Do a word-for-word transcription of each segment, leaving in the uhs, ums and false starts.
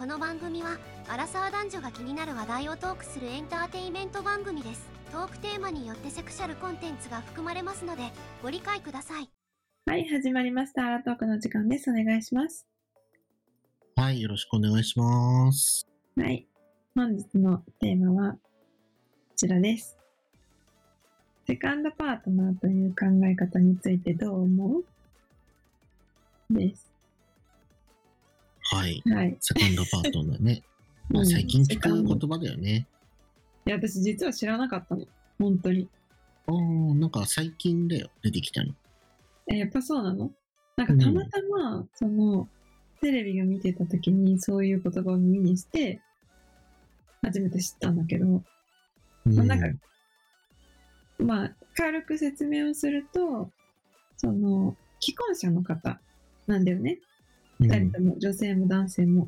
この番組はアラサー男女が気になる話題をトークするエンターテインメント番組です。トークテーマによってセクシャルコンテンツが含まれますのでご理解ください。 はい、始まりました。アラトークの時間です。お願いします。 はい、よろしくお願いします。 はい、本日のテーマはこちらです。セカンドパートナーという考え方についてどう思うです。 はい、 はい、 セカンドパートナーね。まあ、 うん最近聞くセカンド言葉だよね。 いや、私実は知らなかったの。本当に。 ああ、なんか最近だよ、出てきたの。 え、やっぱそうなの？なんかたまたま、その、テレビが見てた時にそういう言葉を耳にして、初めて知ったんだけど、 うん、 まあなんかまあ、軽く説明をすると、その、既婚者の方なんだよね。 うん二人とも、女性も男性も。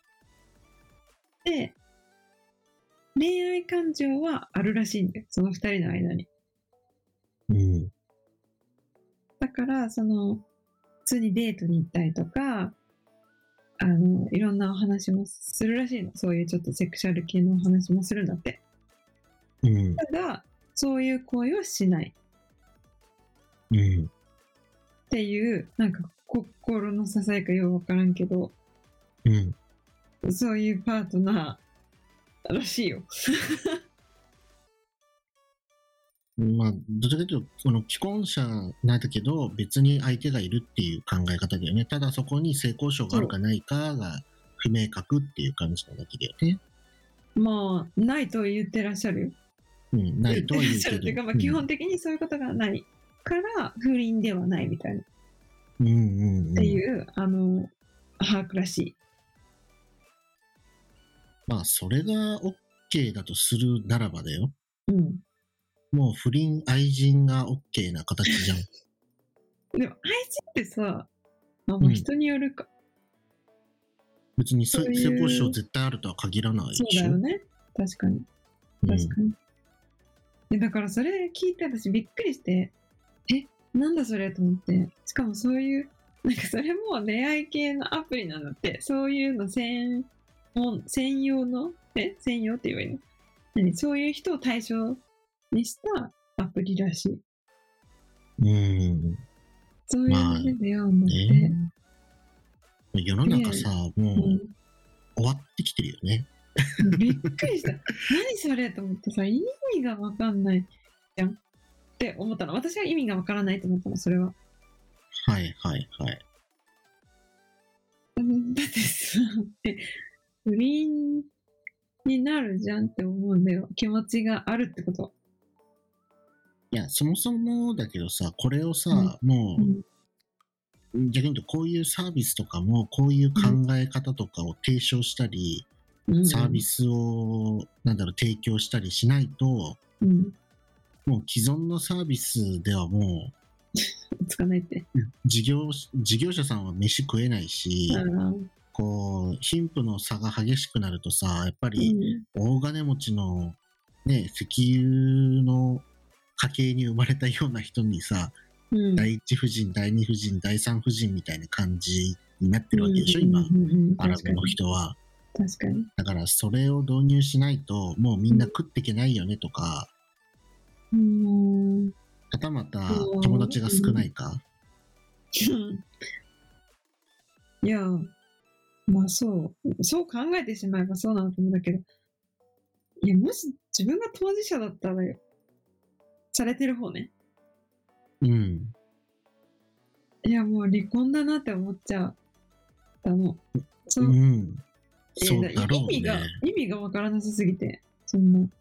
で、恋愛感情はあるらしいんだよ。その二人の間に。 うん、 だから、その、普通にデートに行ったりとか、あの、いろんなお話もするらしいの。そういうちょっとセクシャル系のお話もするんだって。 うん、 ただ、そういう行為はしないうん。 っていう、なんか心の支えかようわからんけど、 うんそういうパートナーらしいよ。 まあ、どちらかというと、その既婚者なんだけど、別に相手がいるっていう考え方だよね。ただそこに性交渉があるかないかが不明確っていう感じなだけだよね。 まあ、ないと言ってらっしゃるよ。 うん、ないとは言うけど。 言ってらっしゃるというか、まあ、基本的にそういうことがないから不倫ではないみたいな、っうんうんうんうん、 ていうあの把握らしい。 まあ、それが OK だとするならばだよ。 うん。 もう不倫愛人が OK な形じゃん。 でも愛人ってさ、まあ、 うん人によるか。 別にそういう性交渉絶対あるとは限らないでしょ。 そうだよね。確かに。確かに。でだからそれ聞いて私びっくりして、え、なんだそれと思って。しかもそういう、なんかそれも恋愛系のアプリなんだって。そういうの専門、専用の、え専用って言えばいいの？何そういう人を対象にしたアプリらしい。 うん。うん。 そういうので出会うんだって。 ね、世の中さ、もう、 うん、 終わってきてるよね。 びっくりした。何それと思ってさ、意味がわかんないじゃんって思ったの。私は意味がわからないと思ったの、それは。 はいはいはい。 だってさ、不倫になるじゃんって思うんだよ。気持ちがあるってこと。 いや、そもそもだけどさ、これをさ、 うんもう、 うん、 逆に言うとこういうサービスとかも、こういう考え方とかを提唱したり、 うん、 サービスを、なんだろう、提供したりしないと、 うん、 もう既存のサービスではもつかないって。 う、事業、事業者さんは飯食えないし、 うんこう、貧富の差が激しくなるとさ、やっぱうり、 ん大金持ちの、ね、石油の家系に生まれたような人にさ、 うん、 第一夫人、第二夫人、第三夫人みたいな感じになってるわけでしょ、 うん今、 うんうんうん、 アラブの人は。 確かに。 だからそれを導入しないと、もうみんな食っていけないよねとか、 うーん。 はたまた友達が少ないか。 いや、まあそう、そう考えてしまえばそうなのかもだけど、いや、もし自分が当事者だったらよ、されてる方ね。 うん。 いや、もう離婚だなって思っちゃったの。そう、 うん。 えそうーだろう意味がね。 意味がわからなさすぎて、そんな。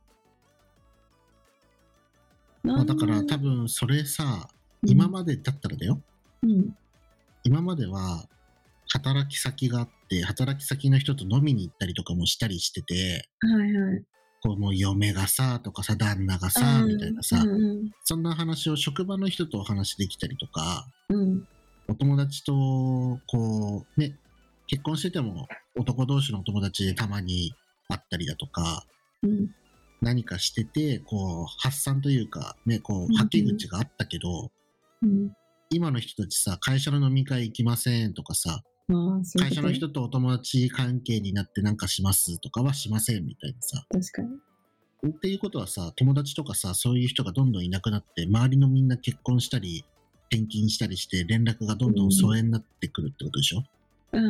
まあ、だから多分それさ、今までだったらだよ。 うん今までは働き先があって、働き先の人と飲みに行ったりとかもしたりしてて、 はいはい。 こうもう嫁がさとかさ、旦那がさ、みたいなさ、 うんそんな話を職場の人とお話できたりとか、 うんお友達とこうね、結婚してても男同士のお友達でたまに会ったりだとか、 うん何かしてて、こう発散というかね、こうはけ口があったけど、 うん今の人たちさ、会社の飲み会行きませんとかさ、 ああ、そういうこと会社の人とお友達関係になってなんかしますとかはしませんみたいなさ。 確かに。 っていうことはさ、友達とかさ、そういう人がどんどんいなくなって、周りのみんな結婚したり、転勤したりして、連絡がどんどん疎遠になってくるってことでしょ。 うん。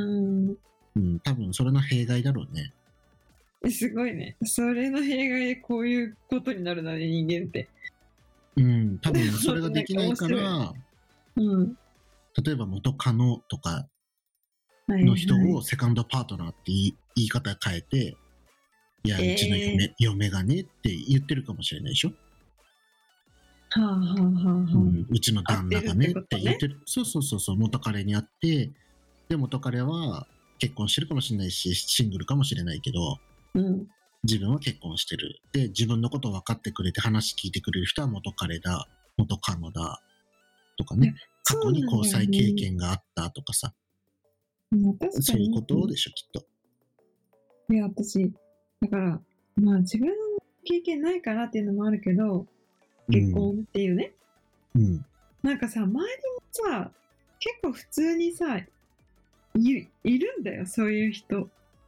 うん、多分それの弊害だろうね。 えすごいね。それの弊害でこういうことになるのね、人間って。 うん、多分それができないかなんら、 うん。 例えば元カノとかはいの人はいをセカンドパートナーって言い言い方変えて、いや、うえーちの嫁、嫁がねって言ってるかもしれないでしょ。 はあはあはあはあ。 うん、うちの旦那がねっ合ってるってことねて言ってる。そうそうそうそう、元彼に会って、で、元彼は結婚してるかもしれないし、シングルかもしれないけど、 うん。 自分は結婚してる。で、自分のことを分かってくれて話聞いてくれる人は元彼だ、元カノだ、とかね。過去に交際経験があったとかさ。 もう確かに。 そういうことでしょ、きっと。 いや、私、だから、まあ自分の経験ないからっていうのもあるけど、結婚っていうね。 うん。 なんかさ、周りもさ、結構普通にさ、いいるんだよ、そういう人。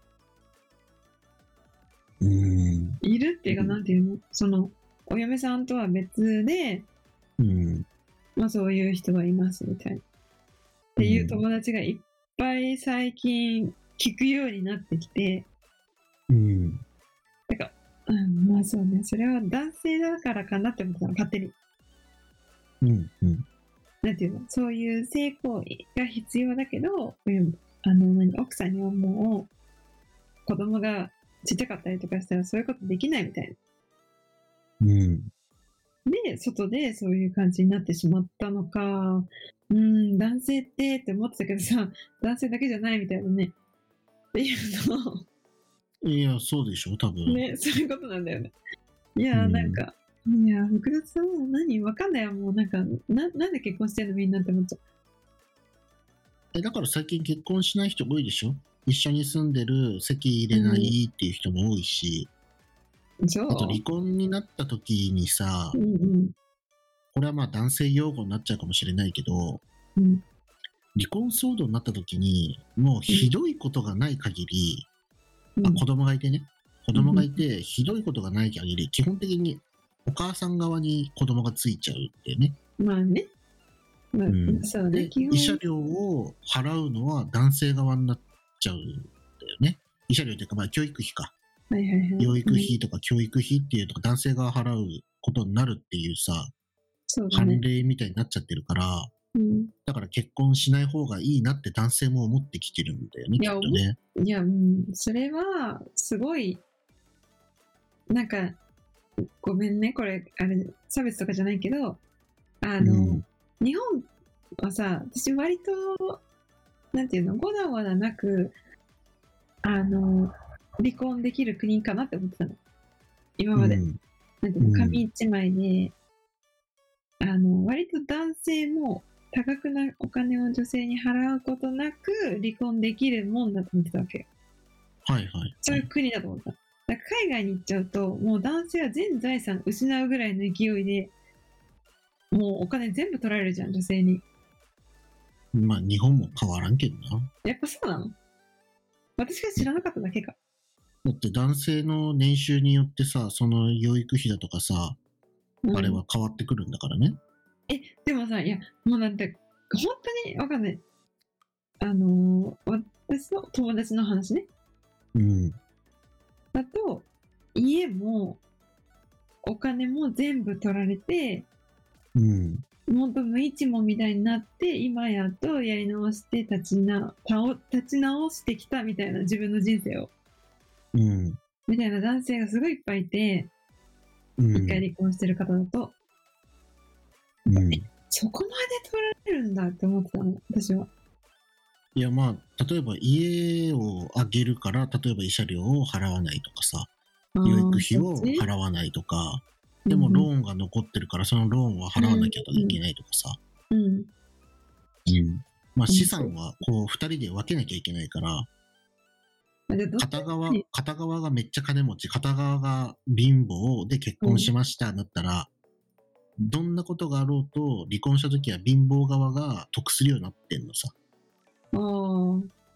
うん。 いるっていうか、 うんなんていうのその、お嫁さんとは別で、 うん。 まあそういう人がいますみたいな。っていう友達がいっぱい最近聞くようになってきて、 うん。 うん、まあそうね、それは男性だからかなって思ったの、勝手に。 うん。うん。 なんていうのそういう性行為が必要だけど、うんあの何奥さんにはもう子供がちっちゃかったりとかしたらそういうことできないみたいうん。 な。で、外でそういう感じになってしまったのか、うーん、男性ってって思ってたけどさ、男性だけじゃないみたいなね。っていうのを、 いや、そうでしょ、多分。 ね、そういうことなんだよね。いやー、 うんなんか、いやー、福田さん、何わかんないよ、もうなんか、な、なんで結婚してんのみんなって思っちゃえ、だから最近結婚しない人多いでしょ。一緒に住んでる籍入れないっていう人も多いし、 う。じゃあ、 あと離婚になった時にさう、んうん。 これはまあ男性用語になっちゃうかもしれないけど、 うん離婚騒動になった時に、もうひどいことがない限り、 うんあ子供がいてね、子供がいて、ひどいことがない限り、基本的にお母さん側に子供がついちゃうっていうね。 まあね。まあ、 うんそうね、 で、 基本。 慰謝料を払うのは男性側になっちゃうんだよね。慰謝料というか、まあ教育費か。 はいはいはい。 養育費とか教育費っていうとか男性が払うことになるっていうさ、 そうだね慣。例みたいになっちゃってるから、 うん。 だから結婚しない方がいいなって男性も思ってきてるんだよね、 いやきっとね。 いや、うん、それは、すごい、なんか、ごめんね、これ、あれ、差別とかじゃないけど、あの、 うん日本はさ、私割と、なんていうの、ごだごだなく、あの、離婚できる国かなって思ってたの。今まで。 うんなんていうの、 うん紙一枚で、あの、割と男性も多額なお金を女性に払うことなく離婚できるもんだと思ってたわけよ。 はいはい。 そういう国だと思った。だから海外に行っちゃうと、もう男性は全財産失うぐらいの勢いで、もうお金全部取られるじゃん、女性に。 まあ日本も変わらんけどな。 やっぱそうなの？私が知らなかっただけか。 だって男性の年収によってさ、その養育費だとかさ、 うんあれは変わってくるんだからね。 え、でもさ、いや、もうなんて、本当にわかんない。あのー私の友達の話ね。 うん。 だと、家も、お金も全部取られて、 うん。 ほんと無一文みたいになって今やっとやり直して立ちな倒立ち直してきたみたいな自分の人生をうん。 みたいな男性がすごいいっぱいいて、 うん。 一回離婚してる方だとうん。 そこまで取られるんだって思ってたの私は。 いやまあ、例えば家をあげるから、例えば慰謝料を払わないとかさ、養育費を払わないとか、でもローンが残ってるからそのローンは払わなきゃいけないとかさ、 うんうんまあ、資産はこうふたりで分けなきゃいけないから、 あじゃあどっち片側片側がめっちゃ金持ち、片側が貧乏で結婚しましただったら、どんなことがあろうと離婚した時は貧乏側が得するようになってんのさ。 あー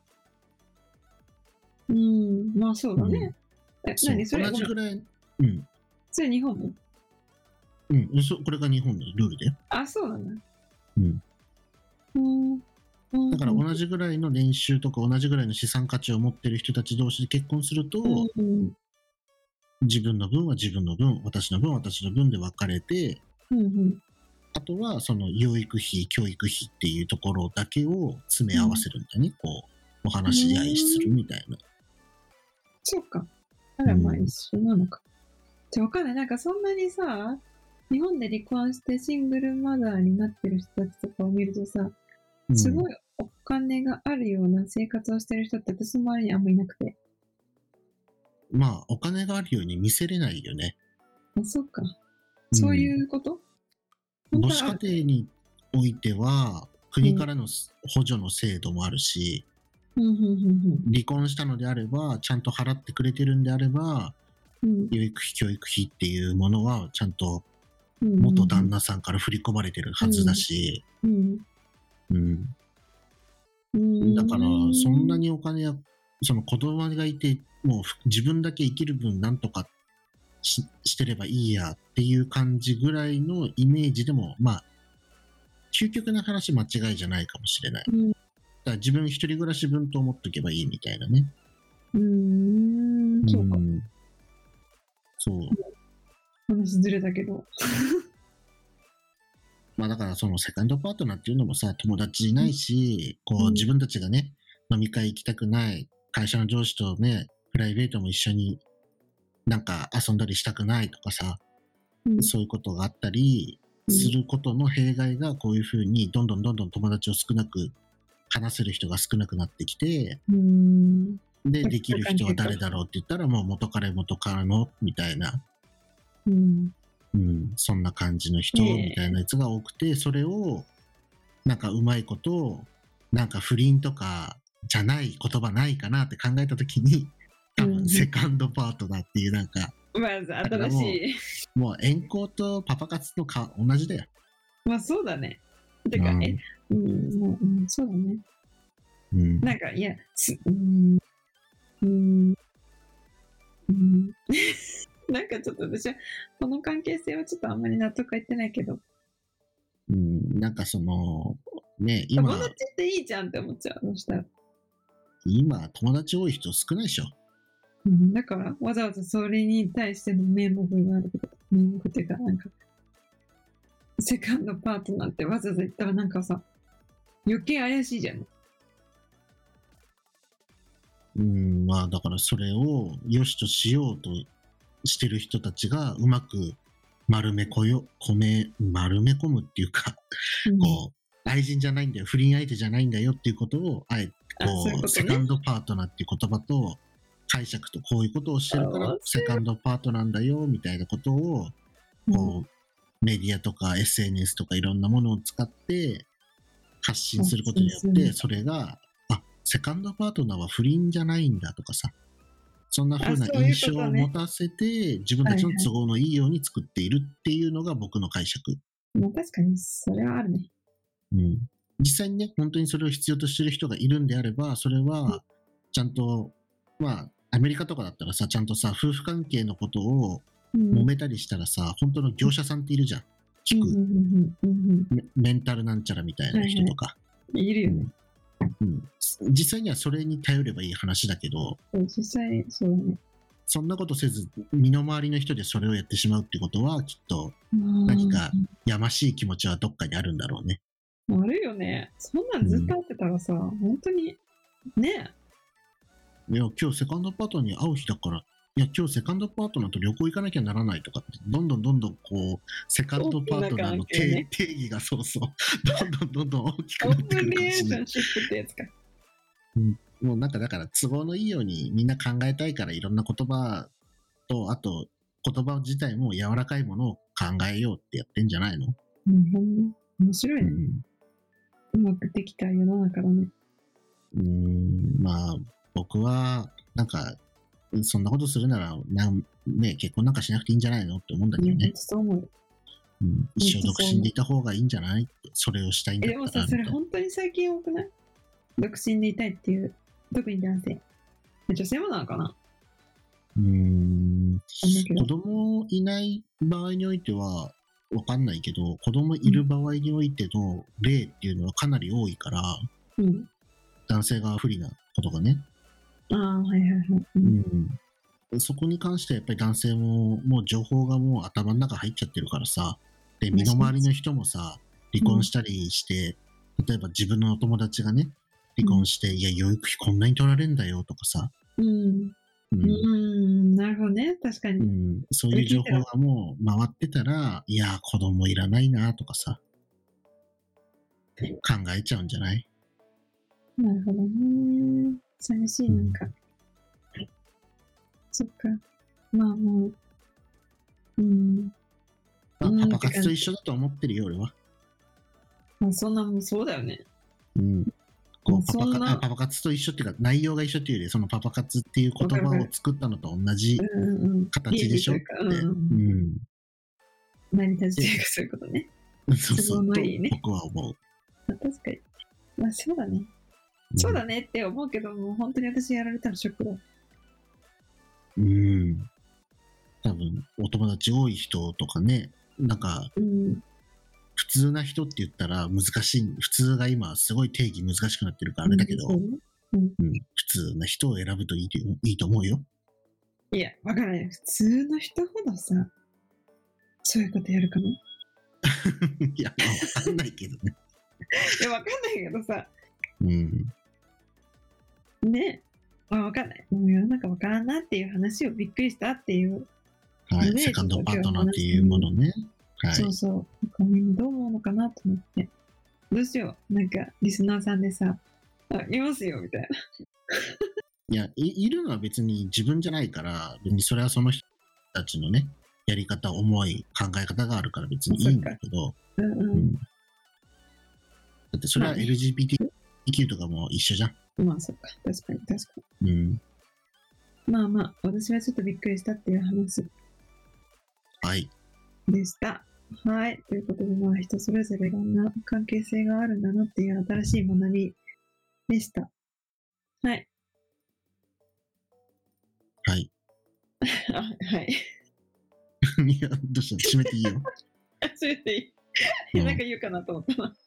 うん、まあそうだね。え、 そう何それ、 同じごめんぐらい、うん、 それ日本もうん、そこれが日本のルールだよ。 あ、そうなんだ。 うん。 うん。うんだから同じぐらいの年収とか同じぐらいの資産価値を持ってる人たち同士で結婚すると、 うん自分の分は自分の分、私の分は私の分で分かれて、 うんうんあとはその養育費、教育費っていうところだけを詰め合わせるんだね。こう、お話し合いするみたいな。 そうか。あら、まあうん一緒なのか。じゃあわかんない。なんかそんなにさ、日本で離婚してシングルマザーになってる人たちとかを見るとさ、 うんすごいお金があるような生活をしてる人って私の周りにあんまいなくて。 まあ、お金があるように見せれないよね。 あ、そうか。そういうこと、本母子当はある家庭においては、国からの補助の制度もあるし、 うんうんうん離婚したのであれば、ちゃんと払ってくれてるんであれば、 うん養育費、教育費っていうものは、ちゃんとうん元旦那さんから振り込まれてるはずだし、 うんうん、 うんだから、そんなにお金や、その子供がいて、もう自分だけ生きる分なんとかししてればいいやっていう感じぐらいのイメージでも、まあ、究極な話間違いじゃないかもしれない。 うんだから自分一人暮らし分と思っとけばいいみたいなね。 うーんそうか。 んそう。 話ずれたけど。 まあだからそのセカンドパートナーっていうのもさ、友達いないし、こううん自分たちがね、飲み会行きたくない、会社の上司とね、プライベートも一緒になんか遊んだりしたくないとかさ、 うんそういうことがあったりうんすることの弊害がこういうふうにどんどんどんどん友達を少なく、話せる人が少なくなってきて、 うーんで、できる人は誰だろうって言ったらもう元彼元彼のみたいな、 うんうん、そんな感じの人ええみたいなやつが多くて、それをなんかうまいことなんか不倫とかじゃない言葉ないかなって考えた時に多うん分セカンドパートナーっていうなんかまず新しい。 もう遠行とパパ活のか同じだよ。 まあそうだね。てか、 うんえ、うん、もう、うん、そうだね。 うんなんか、いや、す、うん、うん、うん。なんかちょっと私は、この関係性はちょっとあんまり納得いってないけど、 うん、なんかそのね今友達っていいじゃんって思っちゃう。そしたら。 今友達多い人少ないでしょ。 うん、だから、わざわざそれに対しての名目があるけど、名目っていうか、なんか、セカンドパートナーってわざわざ言ったらなんかさ、余計怪しいじゃん。 うん、まあだからそれを良しとしようとしてる人たちがうまく丸めこよ、込め、丸め込むっていうか、 うんこう、愛人じゃないんだよ、不倫相手じゃないんだよっていうことを、あえてあこう、 そういうことねセカンドパートナーっていう言葉と解釈とこういうことをしてるからあ、 セカンドパートナーだよ、みたいなことを、こう、メディアとか エスエヌエス とかいろんなものを使って発信することによって、 発信するそれが、あ、セカンドパートナーは不倫じゃないんだとかさ、そんな風なあそういう印象をことね持たせて、自分たちの都合のいいように作っているっていうのが僕の解釈。 まあ確かに、それはあるね。 うん、実際にね、本当にそれを必要としている人がいるんであれば、それはちゃんと、まあ、アメリカとかだったらさ、ちゃんとさ、夫婦関係のことをうん揉めたりしたらさ、本当の業者さんっているじゃん。聞く、 うんうんうんうんメメンタルなんちゃらみたいな人とか。 うん、いるよね。 うん、実際にはそれに頼ればいい話だけど、 そう実際、そうだね。 そんなことせず、身の回りの人でそれをやってしまうってことは、きっと何かやましい気持ちはどっかにあるんだろうね。 あるよね。そんなんずっと会ってたらさ、本当に、ねいや、今日セカンドパートナーに会う日だから、いや、今日セカンドパートナーと旅行行かなきゃならないとかって、どんどんどんどんこう、セカンドパートナーの大きな関係ね定定義がそうそう、どんどんどんどん大きくオーなってくるプンリレーシかもしれない。 ョンシップってやつか。 もうなんかだから都合のいいようにみんな考えたいからいろんな言葉と、あと言葉自体も柔らかいものを考えようってやってんじゃないの？ うん、ほんね。面白いね。 うんうまくできた世の中だね。 うーん、まあ、僕は、なんか、そんなことするなら、なんね、結婚なんかしなくていいんじゃないのって思うんだけどね。 そう思うよ。 うん、一生独身でいた方がいいんじゃないって、それをしたいんだえ、 ったら。 でもさ、それみたいな本当に最近多くない？独身でいたいっていう、特に男性。 女性もなのかな。 うーん。 あんだけど子供いない場合においては、わかんないけど、子供いる場合においての例っていうのはかなり多いから、 うん。 男性が不利なことがね。 ああ、はいはいはい。う。 うんん。そこに関してはやっぱり男性ももう情報がもう頭の中入っちゃってるからさ、で、身の回りの人もさ、離婚したりして、例えば自分のお友達がね、離婚して、いや、養育費こんなに取られんだよとかさ、 うん。 ううんん。なるほどね。確かうに。 ん、そういう情報がもう回ってたら、いや、子供いらないなとかさ、考えちゃうんじゃない？ なるほどね。寂しい、なんか。そっか。まあもう。うん。 まあうんパパ活と一緒だと思ってるよ、俺は。 まあそんなもんそうだよね。 うん。こもううパパそんなかあパパ活と一緒っていうか、内容が一緒っていうより、そのパパ活っていう言葉を作ったのと同じうんうんうん。 形でしょって。 原理というかうんうんうん。 成り立ちというかそういうことね。 そうそう。 都合のいいねと僕は思う。 まあ確かに。まあそうだね。そうだねって思うけど、もう本当に私やられたらショックだ。 うん。多分、お友達多い人とかね、なんか、 うん。 普通な人って言ったら難しい、普通が今すごい定義難しくなってるからあれだけど、 そうねうん、普通な人を選ぶといいといいと思うよ。 いや、わからない。普通の人ほどさ、そういうことやるかな。 いや、まあわかんないけどね。 いや、わかんないけどさ、 うん。 ね。まあわかんない。もう世の中わからんなっていう話をびっくりしたっていう。 はい。 ねセカンドパートナーっていうものね。はい。 そうそう。なんかみんなどう思うのかなと思って。どうしよう。なんか、リスナーさんでさ、あ、いますよ、みたいな。 いやい、いるのは別に自分じゃないから、別にそれはその人たちのね、やり方、思い、考え方があるから別にいいんだけど、 うんうん。 うん、だってそれはまあねエルジービーティーキュー とかも一緒じゃん。 まあそっか。確かに確かうん。 に。まあまあ、私はちょっとびっくりしたっていう話はい。 でした。はい。ということで、まあ人それぞれいろんな関係性があるんだなっていう新しい学びでした。はい。 はい。 あはい。 いや、どうした閉めていいよ。 それでいい。いやなんか言うかなと思ったな。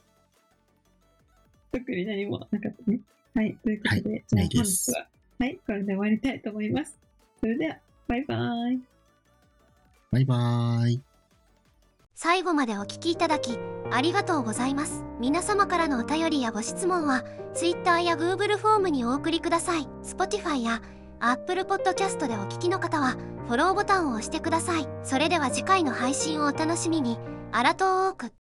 特に何もなかったね。はい。ということで、じゃあない本です日は、はい、これで終わりたいと思います。それでは、バイバーイ。 バイバーイ。 最後までお聞きいただきありがとうございます。皆様からのお便りやご質問は Twitter や Google フォームにお送りください。Spotify や Apple Podcast でお聞きの方はフォローボタンを押してください。それでは次回の配信をお楽しみに。アラトーーク。